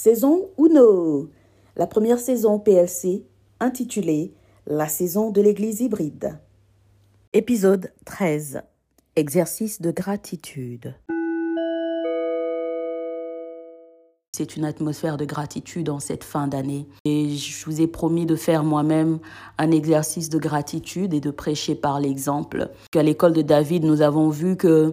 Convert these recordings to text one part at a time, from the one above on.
Saison 1. La première saison PLC intitulée La saison de l'église hybride. Épisode 13. Exercice de gratitude. C'est une atmosphère de gratitude en cette fin d'année. Et je vous ai promis de faire moi-même un exercice de gratitude et de prêcher par l'exemple. À l'école de David, nous avons vu que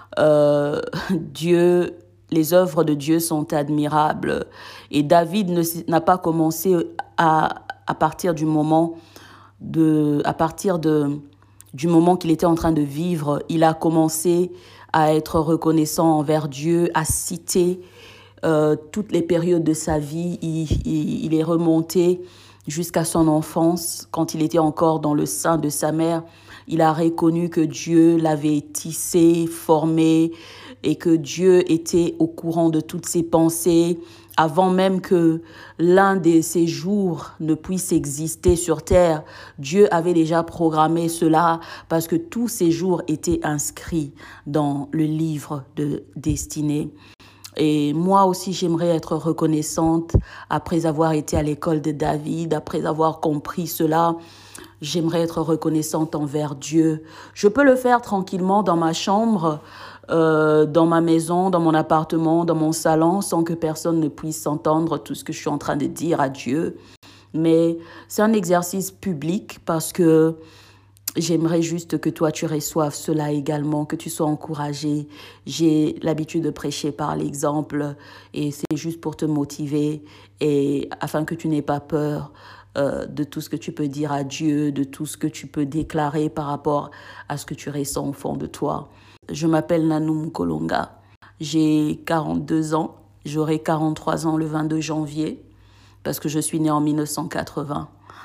les œuvres de Dieu sont admirables. Et David n'a pas commencé à partir du moment du moment qu'il était en train de vivre. Il a commencé à être reconnaissant envers Dieu, à citer toutes les périodes de sa vie. Il est remonté jusqu'à son enfance, quand il était encore dans le sein de sa mère. Il a reconnu que Dieu l'avait tissé, formé, et que Dieu était au courant de toutes ses pensées, avant même que l'un de ses jours ne puisse exister sur terre. Dieu avait déjà programmé cela parce que tous ces jours étaient inscrits dans le livre de destinée. Et moi aussi, j'aimerais être reconnaissante après avoir été à l'école de David, après avoir compris cela. J'aimerais être reconnaissante envers Dieu. Je peux le faire tranquillement dans ma chambre, dans ma maison, dans mon appartement, dans mon salon, sans que personne ne puisse entendre tout ce que je suis en train de dire à Dieu. Mais c'est un exercice public parce que j'aimerais juste que toi, tu reçoives cela également, que tu sois encouragé. J'ai l'habitude de prêcher par l'exemple et c'est juste pour te motiver et afin que tu n'aies pas peur de tout ce que tu peux dire à Dieu, de tout ce que tu peux déclarer par rapport à ce que tu ressens au fond de toi. Je m'appelle Nanoum Kolonga. J'ai 42 ans. J'aurai 43 ans le 22 janvier parce que je suis née en 1980.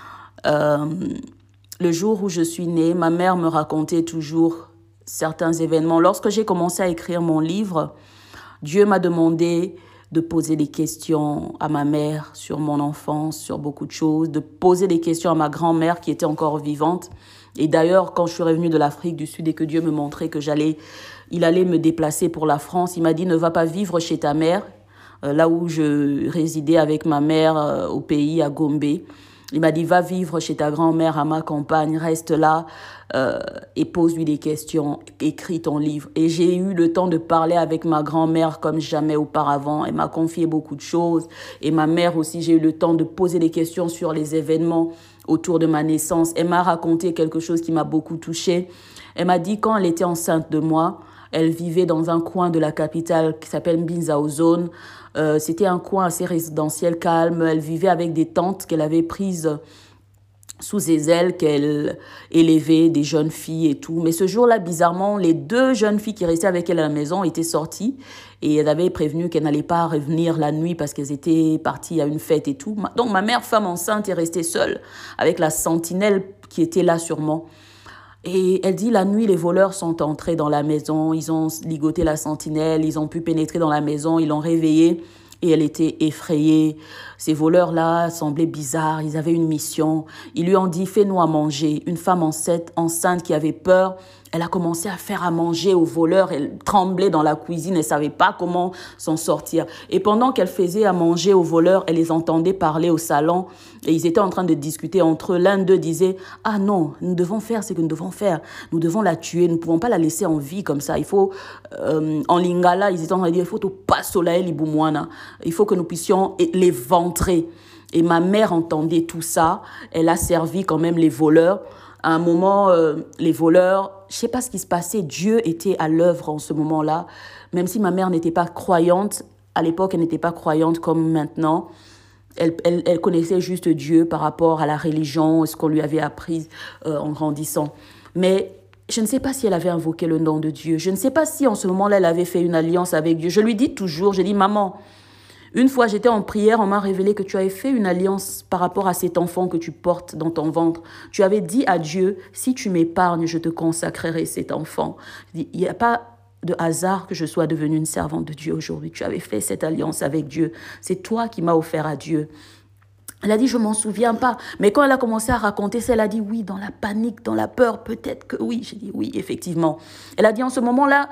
Le jour où je suis née, ma mère me racontait toujours certains événements. Lorsque j'ai commencé à écrire mon livre, Dieu m'a demandé de poser des questions à ma mère sur mon enfance, sur beaucoup de choses, de poser des questions à ma grand-mère qui était encore vivante. Et d'ailleurs, quand je suis revenue de l'Afrique du Sud et que Dieu me montrait que il allait me déplacer pour la France, il m'a dit « Ne va pas vivre chez ta mère », là où je résidais avec ma mère au pays, à Gombe. Il m'a dit, va vivre chez ta grand-mère à ma campagne, reste là et pose-lui des questions, écris ton livre. Et j'ai eu le temps de parler avec ma grand-mère comme jamais auparavant. Elle m'a confié beaucoup de choses. Et ma mère aussi, j'ai eu le temps de poser des questions sur les événements autour de ma naissance. Elle m'a raconté quelque chose qui m'a beaucoup touchée. Elle m'a dit, quand elle était enceinte de moi, elle vivait dans un coin de la capitale qui s'appelle Mbinzao Zone. C'était un coin assez résidentiel, calme. Elle vivait avec des tantes qu'elle avait prises sous ses ailes, qu'elle élevait, des jeunes filles et tout. Mais ce jour-là, bizarrement, les 2 jeunes filles qui restaient avec elle à la maison étaient sorties et elle avait prévenu qu'elles n'allaient pas revenir la nuit parce qu'elles étaient parties à une fête et tout. Donc ma mère, femme enceinte, est restée seule avec la sentinelle qui était là sûrement. Et elle dit, la nuit, les voleurs sont entrés dans la maison, ils ont ligoté la sentinelle, ils ont pu pénétrer dans la maison, ils l'ont réveillée et elle était effrayée. Ces voleurs-là semblaient bizarres, ils avaient une mission. Ils lui ont dit, fais-nous à manger. Une femme enceinte qui avait peur, elle a commencé à faire à manger aux voleurs. Elle tremblait dans la cuisine, elle ne savait pas comment s'en sortir. Et pendant qu'elle faisait à manger aux voleurs, elle les entendait parler au salon. Et ils étaient en train de discuter entre eux. L'un d'eux disait, ah non, nous devons faire ce que nous devons faire. Nous devons la tuer, nous ne pouvons pas la laisser en vie comme ça. Il faut, en lingala, ils étaient en train de dire, il faut tout pas soleil libumwana. Il faut que nous puissions les ventrer. Et ma mère entendait tout ça. Elle a servi quand même les voleurs. À un moment, les voleurs, je ne sais pas ce qui se passait, Dieu était à l'œuvre en ce moment-là. Même si ma mère n'était pas croyante, à l'époque, elle n'était pas croyante comme maintenant. Elle connaissait juste Dieu par rapport à la religion, ce qu'on lui avait appris en grandissant. Mais je ne sais pas si elle avait invoqué le nom de Dieu. Je ne sais pas si en ce moment-là, elle avait fait une alliance avec Dieu. Je lui dis toujours, je dis, maman, une fois j'étais en prière, on m'a révélé que tu avais fait une alliance par rapport à cet enfant que tu portes dans ton ventre. Tu avais dit à Dieu, si tu m'épargnes, je te consacrerai cet enfant. Je dis, il n'y a pas de hasard que je sois devenue une servante de Dieu aujourd'hui. Tu avais fait cette alliance avec Dieu. C'est toi qui m'as offert à Dieu. Elle a dit, je ne m'en souviens pas. Mais quand elle a commencé à raconter ça, elle a dit, oui, dans la panique, dans la peur, peut-être que oui. J'ai dit, oui, effectivement. Elle a dit, en ce moment-là,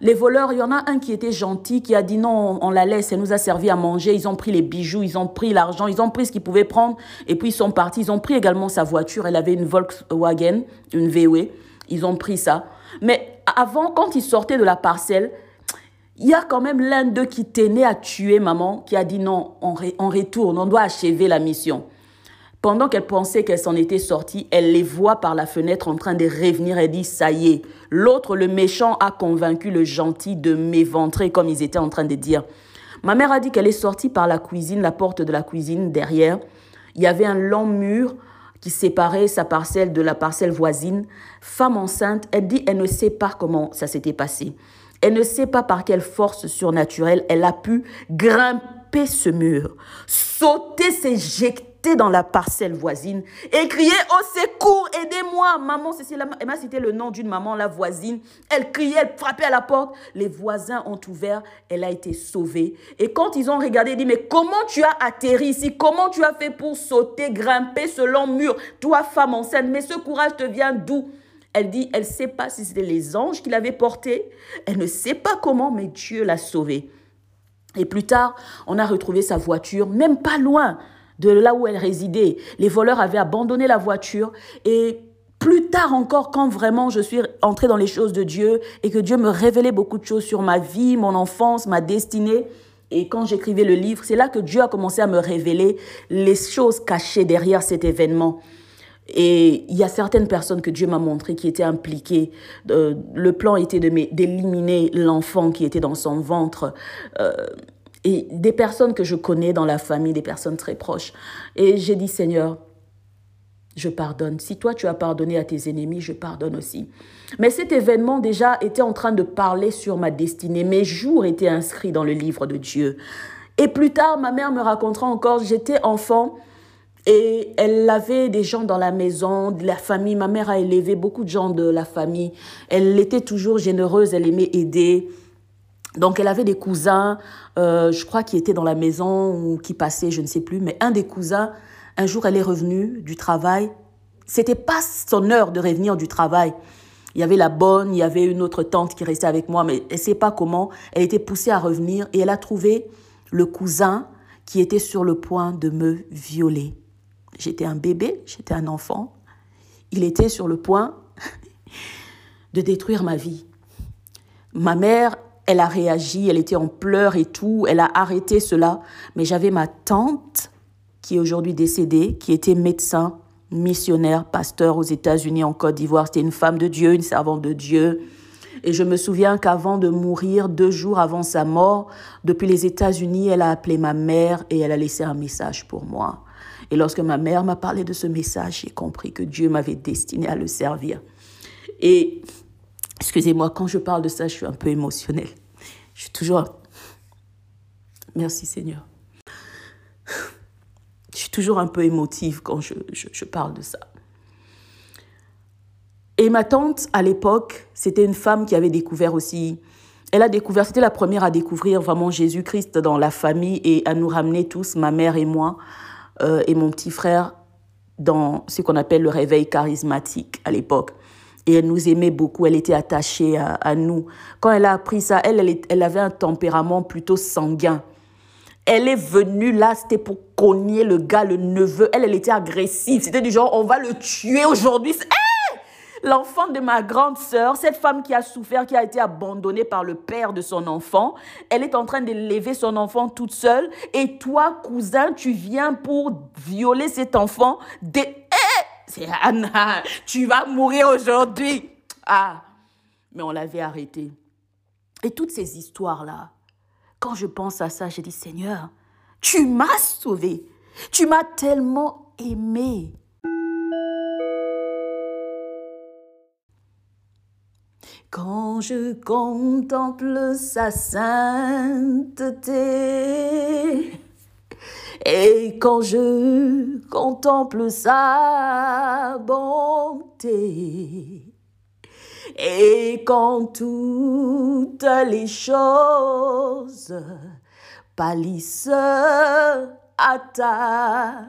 Les voleurs, il y en a un qui était gentil, qui a dit non, on la laisse, elle nous a servi à manger. Ils ont pris les bijoux, ils ont pris l'argent, ils ont pris ce qu'ils pouvaient prendre. Et puis ils sont partis. Ils ont pris également sa voiture. Elle avait une Volkswagen, une VW. Ils ont pris ça. Mais avant, quand ils sortaient de la parcelle, il y a quand même l'un d'eux qui tenait à tuer maman, qui a dit non, on retourne, on doit achever la mission. Pendant qu'elle pensait qu'elle s'en était sortie, elle les voit par la fenêtre en train de revenir. Elle dit, ça y est. L'autre, le méchant, a convaincu le gentil de m'éventrer, comme ils étaient en train de dire. Ma mère a dit qu'elle est sortie par la cuisine, la porte de la cuisine derrière. Il y avait un long mur qui séparait sa parcelle de la parcelle voisine. Femme enceinte, elle dit, elle ne sait pas comment ça s'était passé. Elle ne sait pas par quelle force surnaturelle elle a pu grimper ce mur, sauter, s'éjecter dans la parcelle voisine et crier au secours, aidez-moi. Maman, elle m'a cité le nom d'une maman, la voisine. Elle criait, elle frappait à la porte. Les voisins ont ouvert, elle a été sauvée. Et quand ils ont regardé, ils ont dit, mais comment tu as atterri ici? Comment tu as fait pour sauter, grimper ce long mur? Toi, femme enceinte, mais ce courage te vient d'où? Elle dit, elle ne sait pas si c'était les anges qui l'avaient portée. Elle ne sait pas comment, mais Dieu l'a sauvée. Et plus tard, on a retrouvé sa voiture, même pas loin de là où elle résidait. Les voleurs avaient abandonné la voiture. Et plus tard encore, quand vraiment je suis entrée dans les choses de Dieu et que Dieu me révélait beaucoup de choses sur ma vie, mon enfance, ma destinée, et quand j'écrivais le livre, c'est là que Dieu a commencé à me révéler les choses cachées derrière cet événement. Et il y a certaines personnes que Dieu m'a montré qui étaient impliquées. Le plan était d'éliminer l'enfant qui était dans son ventre. Et des personnes que je connais dans la famille, des personnes très proches. Et j'ai dit, Seigneur, je pardonne. Si toi, tu as pardonné à tes ennemis, je pardonne aussi. Mais cet événement déjà était en train de parler sur ma destinée. Mes jours étaient inscrits dans le livre de Dieu. Et plus tard, ma mère me racontera encore, j'étais enfant et elle avait des gens dans la maison, de la famille. Ma mère a élevé beaucoup de gens de la famille. Elle était toujours généreuse, elle aimait aider. Donc, elle avait des cousins, je crois, qui étaient dans la maison ou qui passaient, je ne sais plus. Mais un des cousins, un jour, elle est revenue du travail. C'était pas son heure de revenir du travail. Il y avait la bonne, il y avait une autre tante qui restait avec moi, mais elle ne sait pas comment. Elle était poussée à revenir et elle a trouvé le cousin qui était sur le point de me violer. J'étais un bébé, j'étais un enfant. Il était sur le point de détruire ma vie. Ma mère, elle a réagi, elle était en pleurs et tout, elle a arrêté cela. Mais j'avais ma tante, qui est aujourd'hui décédée, qui était médecin, missionnaire, pasteur aux États-Unis, en Côte d'Ivoire. C'était une femme de Dieu, une servante de Dieu. Et je me souviens qu'avant de mourir, 2 jours avant sa mort, depuis les États-Unis, elle a appelé ma mère et elle a laissé un message pour moi. Et lorsque ma mère m'a parlé de ce message, j'ai compris que Dieu m'avait destiné à le servir. Et excusez-moi, quand je parle de ça, je suis un peu émotionnelle. Je suis toujours... Merci Seigneur. Je suis toujours un peu émotive quand je parle de ça. Et ma tante, à l'époque, c'était une femme qui avait découvert aussi... Elle a découvert, c'était la première à découvrir vraiment Jésus-Christ dans la famille et à nous ramener tous, ma mère et moi, et mon petit frère, dans ce qu'on appelle le réveil charismatique à l'époque. Et elle nous aimait beaucoup, elle était attachée à nous. Quand elle a appris ça, elle avait un tempérament plutôt sanguin. Elle est venue là, c'était pour cogner le gars, le neveu. Elle était agressive. C'était du genre, on va le tuer aujourd'hui. L'enfant de ma grande sœur, cette femme qui a souffert, qui a été abandonnée par le père de son enfant, elle est en train d'élever son enfant toute seule. Et toi, cousin, tu viens pour violer cet enfant. C'est Anna, tu vas mourir aujourd'hui. Ah, mais on l'avait arrêté. Et toutes ces histoires-là, quand je pense à ça, j'ai dit, Seigneur, tu m'as sauvée. Tu m'as tellement aimée. Quand je contemple sa sainteté et quand je contemple sa bonté et quand toutes les choses pâlissent à ta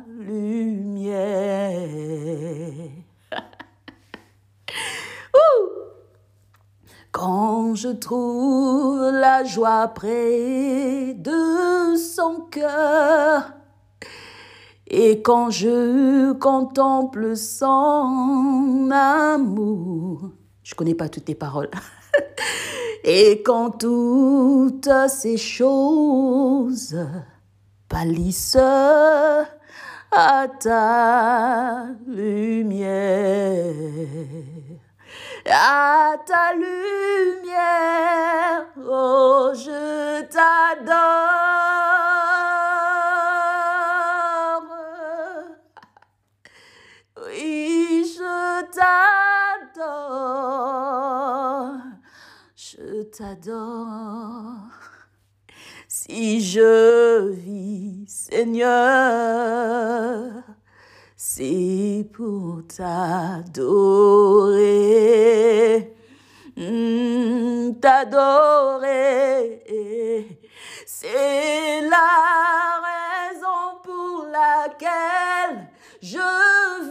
lumière. Quand je trouve la joie près de son cœur, et quand je contemple son amour, je connais pas toutes les paroles, et quand toutes ces choses pâlissent à ta lumière, à ta lumière, oh, je t'adore. Oui, je t'adore. Je t'adore. Si je vis, Seigneur, c'est pour t'adorer, t'adorer. C'est la raison pour laquelle je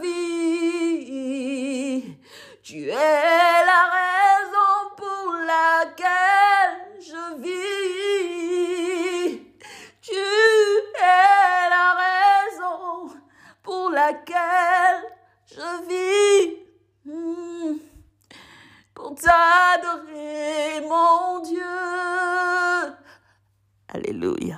vis. Tu es la raison pour laquelle je vis. Tu es la raison pour laquelle je vis. Pour t'adorer, mon Dieu. Alléluia.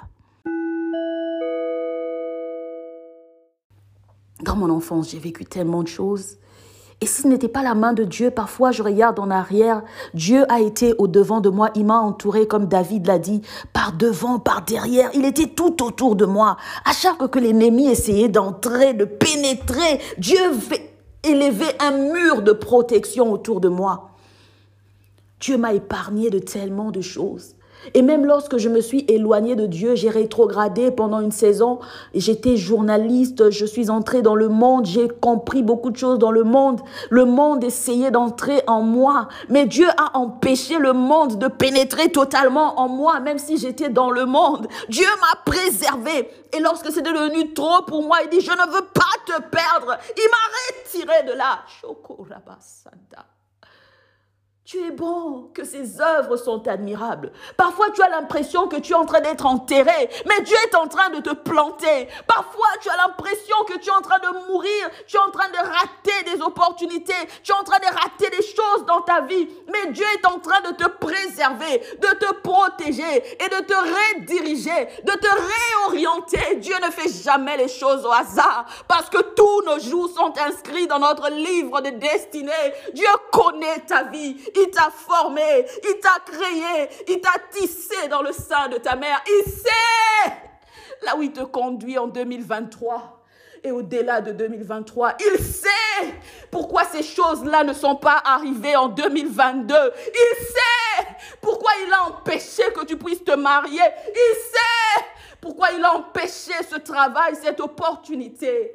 Dans mon enfance, j'ai vécu tellement de choses. Et si ce n'était pas la main de Dieu, parfois je regarde en arrière, Dieu a été au devant de moi, il m'a entouré, comme David l'a dit, par devant, par derrière, il était tout autour de moi. À chaque fois que l'ennemi essayait d'entrer, de pénétrer, Dieu fait élever un mur de protection autour de moi. Dieu m'a épargné de tellement de choses. Et même lorsque je me suis éloignée de Dieu, j'ai rétrogradé pendant une saison. J'étais journaliste, je suis entrée dans le monde, j'ai compris beaucoup de choses dans le monde. Le monde essayait d'entrer en moi, mais Dieu a empêché le monde de pénétrer totalement en moi, même si j'étais dans le monde. Dieu m'a préservée. Et lorsque c'était devenu trop pour moi, il dit, je ne veux pas te perdre. Il m'a retiré de là. Chokorabasanda. Tu es bon, que ses œuvres sont admirables. Parfois, tu as l'impression que tu es en train d'être enterré, mais Dieu est en train de te planter. Parfois, tu as l'impression que tu es en train de mourir, tu es en train de rater des opportunités, tu es en train de rater des choses dans ta vie, mais Dieu est en train de te préserver, de te protéger et de te rediriger, de te réorienter. Dieu ne fait jamais les choses au hasard, parce que tous nos jours sont inscrits dans notre livre de destinée. Dieu connaît ta vie. Il t'a formé, il t'a créé, il t'a tissé dans le sein de ta mère. Il sait là où il te conduit en 2023 et au-delà de 2023. Il sait pourquoi ces choses-là ne sont pas arrivées en 2022. Il sait pourquoi il a empêché que tu puisses te marier. Il sait pourquoi il a empêché ce travail, cette opportunité.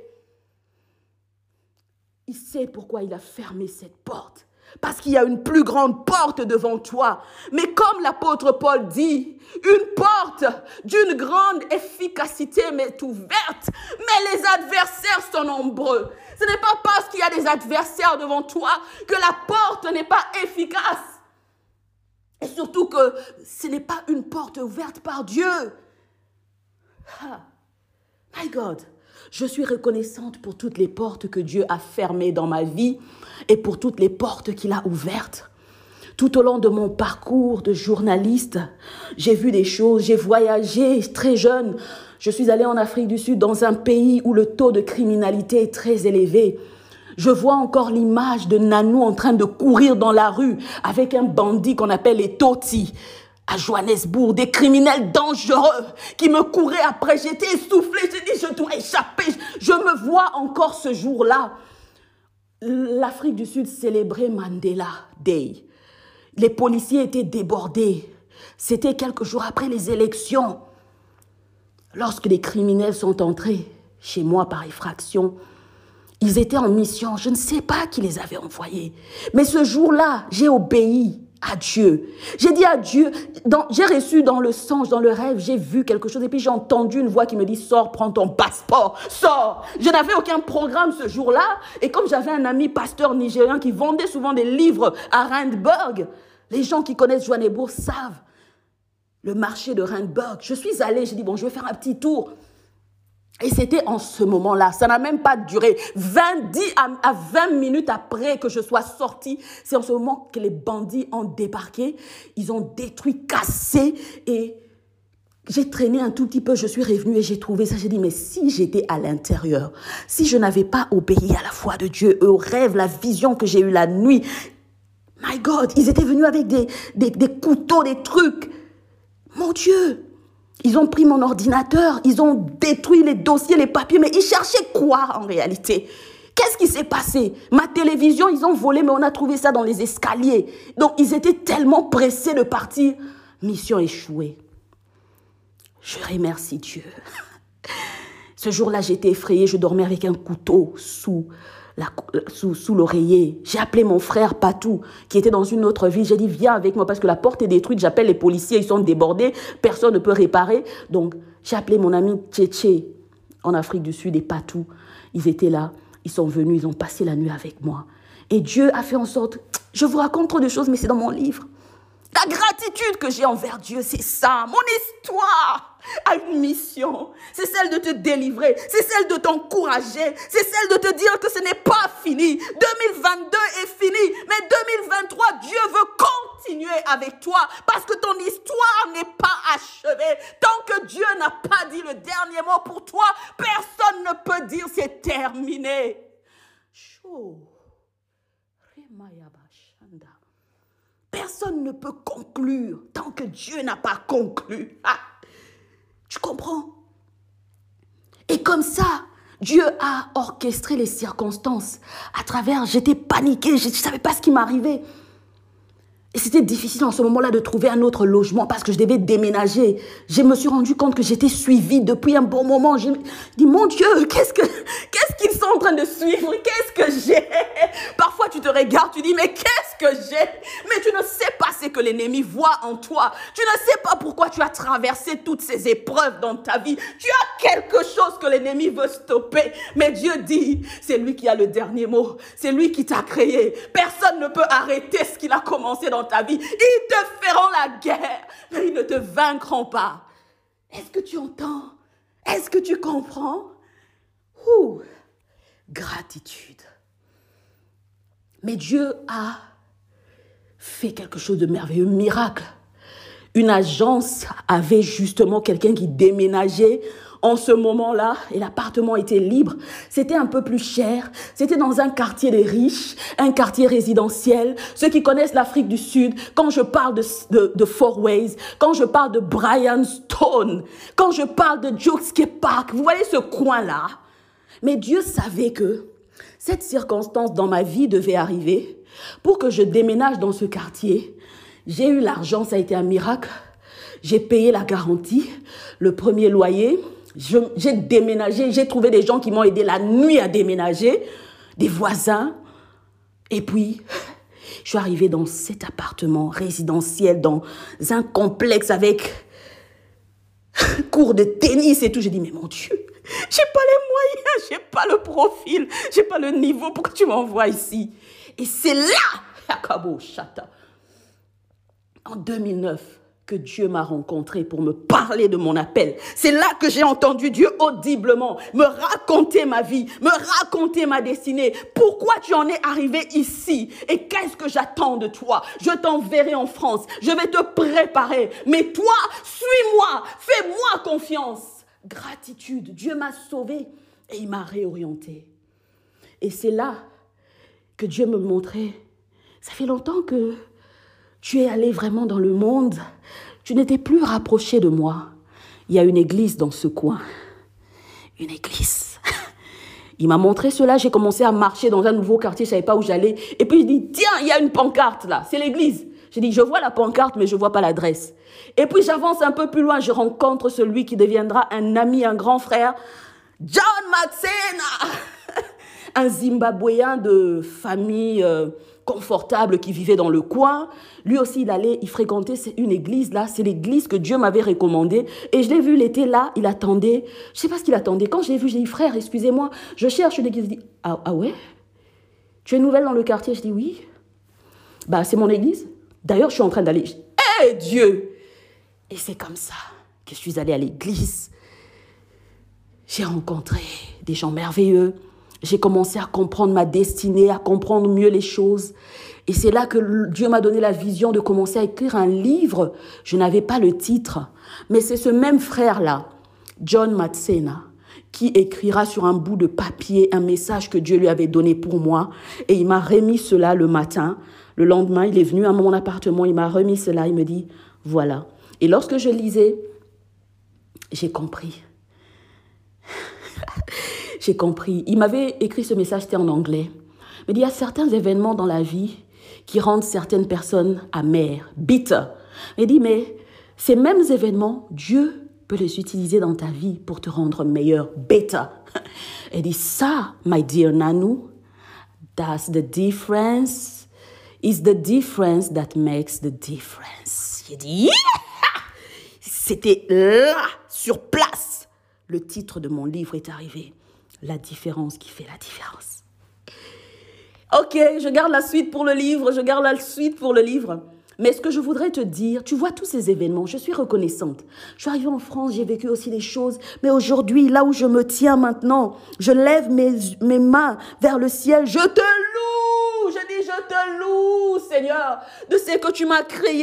Il sait pourquoi il a fermé cette porte. Parce qu'il y a une plus grande porte devant toi. Mais comme l'apôtre Paul dit, une porte d'une grande efficacité m'est ouverte, mais les adversaires sont nombreux. Ce n'est pas parce qu'il y a des adversaires devant toi que la porte n'est pas efficace. Et surtout que ce n'est pas une porte ouverte par Dieu. My God. Je suis reconnaissante pour toutes les portes que Dieu a fermées dans ma vie et pour toutes les portes qu'il a ouvertes. Tout au long de mon parcours de journaliste, j'ai vu des choses, j'ai voyagé très jeune. Je suis allée en Afrique du Sud, dans un pays où le taux de criminalité est très élevé. Je vois encore l'image de Nanou en train de courir dans la rue avec un bandit qu'on appelle les Toti. À Johannesburg, des criminels dangereux qui me couraient après. J'étais essoufflée, j'ai dit je dois échapper. Je me vois encore ce jour-là. L'Afrique du Sud célébrait Mandela Day. Les policiers étaient débordés. C'était quelques jours après les élections. Lorsque les criminels sont entrés chez moi par effraction, ils étaient en mission. Je ne sais pas qui les avait envoyés. Mais ce jour-là, j'ai obéi à Dieu. J'ai dit à Dieu, j'ai reçu dans le songe, dans le rêve, j'ai vu quelque chose et puis j'ai entendu une voix qui me dit, sors, prends ton passeport, sors. Je n'avais aucun programme ce jour-là et comme j'avais un ami pasteur nigérien qui vendait souvent des livres à Randburg, Les gens qui connaissent Johannesburg savent le marché de Randburg. Je suis allée, j'ai dit, bon, je vais faire un petit tour. Et c'était en ce moment-là, ça n'a même pas duré 10 à 20 minutes après que je sois sortie. C'est en ce moment que les bandits ont débarqué, ils ont détruit, cassé et j'ai traîné un tout petit peu, je suis revenue et j'ai trouvé ça. J'ai dit, mais si j'étais à l'intérieur, si je n'avais pas obéi à la foi de Dieu, au rêve, la vision que j'ai eue la nuit, my God, ils étaient venus avec des couteaux, des trucs. Mon Dieu! Ils ont pris mon ordinateur, ils ont détruit les dossiers, les papiers, mais ils cherchaient quoi en réalité? Qu'est-ce qui s'est passé? Ma télévision, ils ont volé, mais on a trouvé ça dans les escaliers. Donc, ils étaient tellement pressés de partir. Mission échouée. Je remercie Dieu. Ce jour-là, j'étais effrayée, je dormais avec un couteau sous l'oreiller. J'ai appelé mon frère Patou, qui était dans une autre ville. J'ai dit, viens avec moi parce que la porte est détruite. J'appelle les policiers, ils sont débordés. Personne ne peut réparer. Donc, j'ai appelé mon ami Tchétché en Afrique du Sud et Patou. Ils étaient là. Ils sont venus, ils ont passé la nuit avec moi. Et Dieu a fait en sorte... Je vous raconte trop de choses, mais c'est dans mon livre. La gratitude que j'ai envers Dieu, c'est ça. Mon histoire a une mission. C'est celle de te délivrer. C'est celle de t'encourager. C'est celle de te dire que ce n'est pas fini. 2022 est fini. Mais 2023, Dieu veut continuer avec toi. Parce que ton histoire n'est pas achevée. Tant que Dieu n'a pas dit le dernier mot pour toi, personne ne peut dire c'est terminé. Chaud. Personne ne peut conclure tant que Dieu n'a pas conclu. Ah, tu comprends? Et comme ça, Dieu a orchestré les circonstances à travers... J'étais paniquée, je ne savais pas ce qui m'arrivait. Et c'était difficile en ce moment-là de trouver un autre logement parce que je devais déménager. Je me suis rendu compte que j'étais suivie depuis un bon moment. Je me dis, mon Dieu, qu'est-ce qu'ils sont en train de suivre? Qu'est-ce que j'ai? Parfois, tu te regardes, tu dis, mais qu'est-ce que j'ai? Mais tu ne sais pas ce que l'ennemi voit en toi. Tu ne sais pas pourquoi tu as traversé toutes ces épreuves dans ta vie. Tu as quelque chose que l'ennemi veut stopper. Mais Dieu dit, c'est lui qui a le dernier mot. C'est lui qui t'a créé. Personne ne peut arrêter ce qu'il a commencé dans ta vie. Ils te feront la guerre, mais ils ne te vaincront pas. Est-ce que tu entends? Est-ce que tu comprends? Gratitude. Mais Dieu a fait quelque chose de merveilleux, miracle. Une agence avait justement quelqu'un qui déménageait en ce moment-là, et l'appartement était libre. C'était un peu plus cher. C'était dans un quartier des riches, un quartier résidentiel. Ceux qui connaissent l'Afrique du Sud, quand je parle de Four Ways, quand je parle de Bryanston, quand je parle de Jockey Park, vous voyez ce coin-là. Mais Dieu savait que cette circonstance dans ma vie devait arriver pour que je déménage dans ce quartier. J'ai eu l'argent, ça a été un miracle. J'ai payé la garantie, le premier loyer. J'ai déménagé, j'ai trouvé des gens qui m'ont aidé la nuit à déménager, des voisins. Et puis, je suis arrivée dans cet appartement résidentiel, dans un complexe avec cours de tennis et tout. J'ai dit, mais mon Dieu, j'ai pas les moyens, j'ai pas le profil, j'ai pas le niveau. Pourquoi tu m'envoies ici? Et c'est là, Akabo Chata, en 2009, que Dieu m'a rencontré pour me parler de mon appel. C'est là que j'ai entendu Dieu audiblement me raconter ma vie, me raconter ma destinée. Pourquoi tu en es arrivé ici? Et qu'est-ce que j'attends de toi? Je t'enverrai en France. Je vais te préparer. Mais toi, suis-moi. Fais-moi confiance. Gratitude. Dieu m'a sauvé et il m'a réorienté. Et c'est là que Dieu me montrait. Ça fait longtemps que tu es allé vraiment dans le monde. Tu n'étais plus rapproché de moi. Il y a une église dans ce coin. Une église. Il m'a montré cela. J'ai commencé à marcher dans un nouveau quartier. Je ne savais pas où j'allais. Et puis, je dis, tiens, il y a une pancarte là. C'est l'église. J'ai dit, je vois la pancarte, mais je ne vois pas l'adresse. Et puis, j'avance un peu plus loin. Je rencontre celui qui deviendra un ami, un grand frère. John Maxena. Un Zimbabwéen de famille confortable qui vivait dans le coin. Lui aussi, il fréquentait une église là. C'est l'église que Dieu m'avait recommandée. Et je l'ai vu, il était là, il attendait. Je ne sais pas ce qu'il attendait. Quand je l'ai vu, j'ai dit, frère, excusez-moi, je cherche une église. Il dit, ah ouais? Tu es nouvelle dans le quartier? Je dis, oui. Bah, c'est mon église. D'ailleurs, je suis en train d'aller... Hé, Dieu! Et c'est comme ça que je suis allée à l'église. J'ai rencontré des gens merveilleux. J'ai commencé à comprendre ma destinée, à comprendre mieux les choses. Et c'est là que Dieu m'a donné la vision de commencer à écrire un livre. Je n'avais pas le titre, mais c'est ce même frère-là, John Matsena, qui écrira sur un bout de papier un message que Dieu lui avait donné pour moi. Et il m'a remis cela le matin. Le lendemain, il est venu à mon appartement, il m'a remis cela, il me dit, voilà. Et lorsque je lisais, j'ai compris. J'ai compris. Il m'avait écrit ce message, c'était en anglais. Mais il y a certains événements dans la vie qui rendent certaines personnes amères, bitter. Il dit, mais ces mêmes événements, Dieu peut les utiliser dans ta vie pour te rendre meilleur, better. Il dit, ça, my dear Nanou, that's the difference. It's the difference that makes the difference. Il dit, yeah! C'était là, sur place. Le titre de mon livre est arrivé. La différence qui fait la différence. Ok, je garde la suite pour le livre, Mais ce que je voudrais te dire, tu vois tous ces événements, je suis reconnaissante. Je suis arrivée en France, j'ai vécu aussi des choses. Mais aujourd'hui, là où je me tiens maintenant, je lève mes mains vers le ciel. Je te loue, je dis je te loue, Seigneur, de ce que tu m'as créé.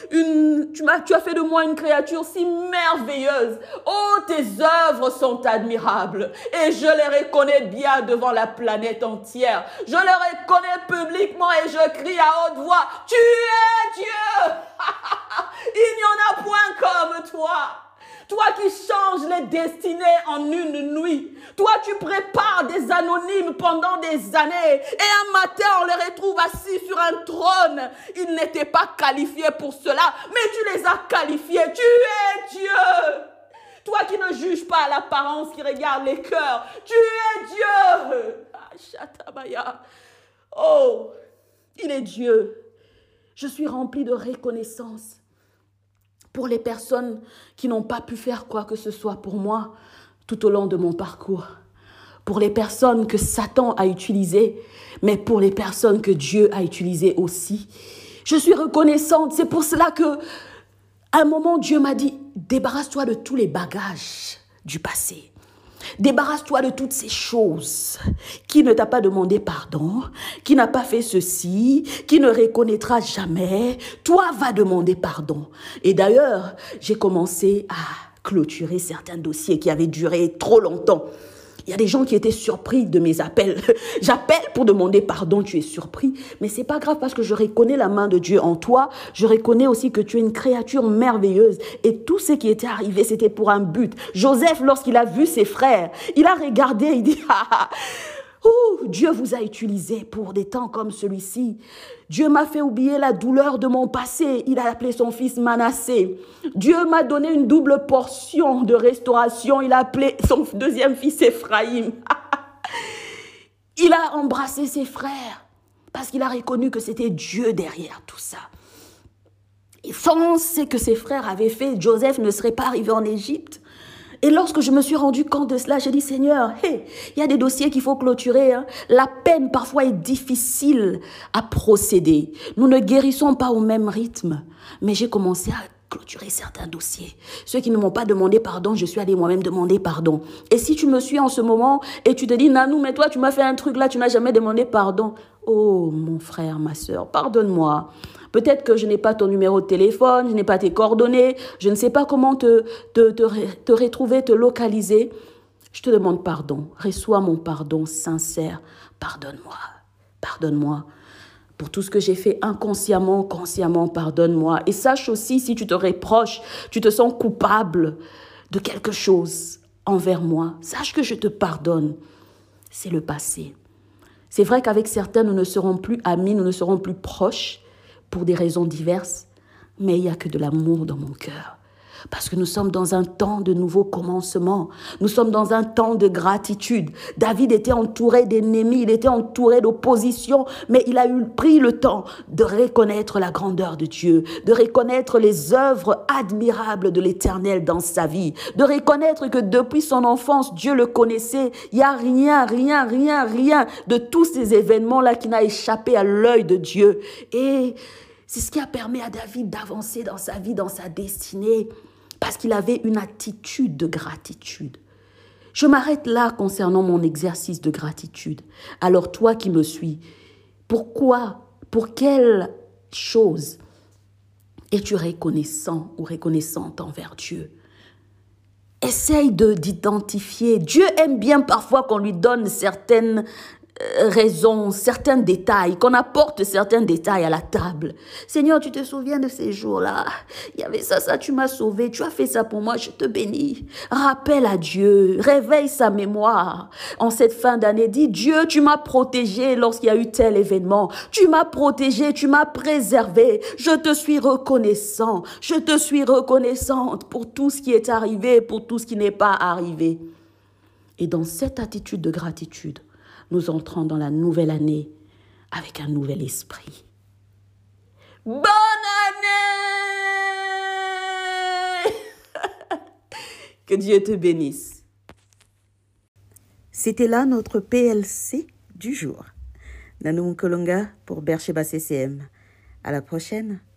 Tu as fait de moi une créature si merveilleuse. Oh, tes œuvres sont admirables. Et je les reconnais bien devant la planète entière. Je les reconnais publiquement et je crie à haute voix, tu es Dieu. Il n'y en a point comme toi. Toi qui changes les destinées en une nuit. Toi, tu prépares des anonymes pendant des années. Et un matin, on les retrouve assis sur un trône. Ils n'étaient pas qualifiés pour cela, mais tu les as qualifiés. Tu es Dieu. Toi qui ne juges pas l'apparence, qui regarde les cœurs. Tu es Dieu. Ah, Shatabaya. Oh, il est Dieu. Je suis remplie de reconnaissance pour les personnes qui n'ont pas pu faire quoi que ce soit pour moi tout au long de mon parcours. Pour les personnes que Satan a utilisées, mais pour les personnes que Dieu a utilisées aussi. Je suis reconnaissante. C'est pour cela que, à un moment, Dieu m'a dit, débarrasse-toi de tous les bagages du passé. Débarrasse-toi de toutes ces choses. Qui ne t'a pas demandé pardon, qui n'a pas fait ceci, qui ne reconnaîtra jamais. Toi, va demander pardon. Et d'ailleurs, j'ai commencé à clôturer certains dossiers qui avaient duré trop longtemps. Il y a des gens qui étaient surpris de mes appels. J'appelle pour demander pardon, tu es surpris. Mais c'est pas grave parce que je reconnais la main de Dieu en toi. Je reconnais aussi que tu es une créature merveilleuse. Et tout ce qui était arrivé, c'était pour un but. Joseph, lorsqu'il a vu ses frères, il a regardé, il dit, Dieu vous a utilisé pour des temps comme celui-ci. Dieu m'a fait oublier la douleur de mon passé. Il a appelé son fils Manassé. Dieu m'a donné une double portion de restauration. Il a appelé son deuxième fils Ephraïm. Il a embrassé ses frères parce qu'il a reconnu que c'était Dieu derrière tout ça. Et sans ce que ses frères avaient fait, Joseph ne serait pas arrivé en Égypte. Et lorsque je me suis rendu compte de cela, j'ai dit, Seigneur, il y a des dossiers qu'il faut clôturer. Hein. La peine, parfois, est difficile à procéder. Nous ne guérissons pas au même rythme. Mais j'ai commencé à clôturer certains dossiers. Ceux qui ne m'ont pas demandé pardon, je suis allée moi-même demander pardon. Et si tu me suis en ce moment et tu te dis, Nanou, mais toi, tu m'as fait un truc là, tu n'as jamais demandé pardon. Oh, mon frère, ma soeur, pardonne-moi. Peut-être que je n'ai pas ton numéro de téléphone, je n'ai pas tes coordonnées, je ne sais pas comment te retrouver, te localiser. Je te demande pardon. Reçois mon pardon sincère. Pardonne-moi. Pardonne-moi. Pour tout ce que j'ai fait inconsciemment, consciemment, pardonne-moi. Et sache aussi, si tu te reproches, tu te sens coupable de quelque chose envers moi, sache que je te pardonne. C'est le passé. C'est vrai qu'avec certains, nous ne serons plus amis, nous ne serons plus proches pour des raisons diverses, mais il n'y a que de l'amour dans mon cœur. Parce que nous sommes dans un temps de nouveau commencement. Nous sommes dans un temps de gratitude. David était entouré d'ennemis, il était entouré d'opposition, mais il a pris le temps de reconnaître la grandeur de Dieu, de reconnaître les œuvres admirables de l'Éternel dans sa vie, de reconnaître que depuis son enfance, Dieu le connaissait. Il n'y a rien de tous ces événements-là qui n'a échappé à l'œil de Dieu. Et C'est ce qui a permis à David d'avancer dans sa vie, dans sa destinée, parce qu'il avait une attitude de gratitude. Je m'arrête là concernant mon exercice de gratitude. Alors toi qui me suis, pourquoi, pour quelle chose es-tu reconnaissant ou reconnaissante envers Dieu? Essaye d'identifier. Dieu aime bien parfois qu'on lui donne certaines raisons, certains détails, qu'on apporte certains détails à la table. Seigneur, tu te souviens de ces jours-là? Il y avait ça, tu m'as sauvé, tu as fait ça pour moi, je te bénis. Rappelle à Dieu, réveille sa mémoire. En cette fin d'année, dis, Dieu, tu m'as protégé lorsqu'il y a eu tel événement. Tu m'as protégé, tu m'as préservé. Je te suis reconnaissant. Je te suis reconnaissante pour tout ce qui est arrivé, pour tout ce qui n'est pas arrivé. Et dans cette attitude de gratitude, nous entrons dans la nouvelle année avec un nouvel esprit. Bonne année! Que Dieu te bénisse. C'était là notre PLC du jour. Nanou Nkolonga pour Bercheba CCM. À la prochaine.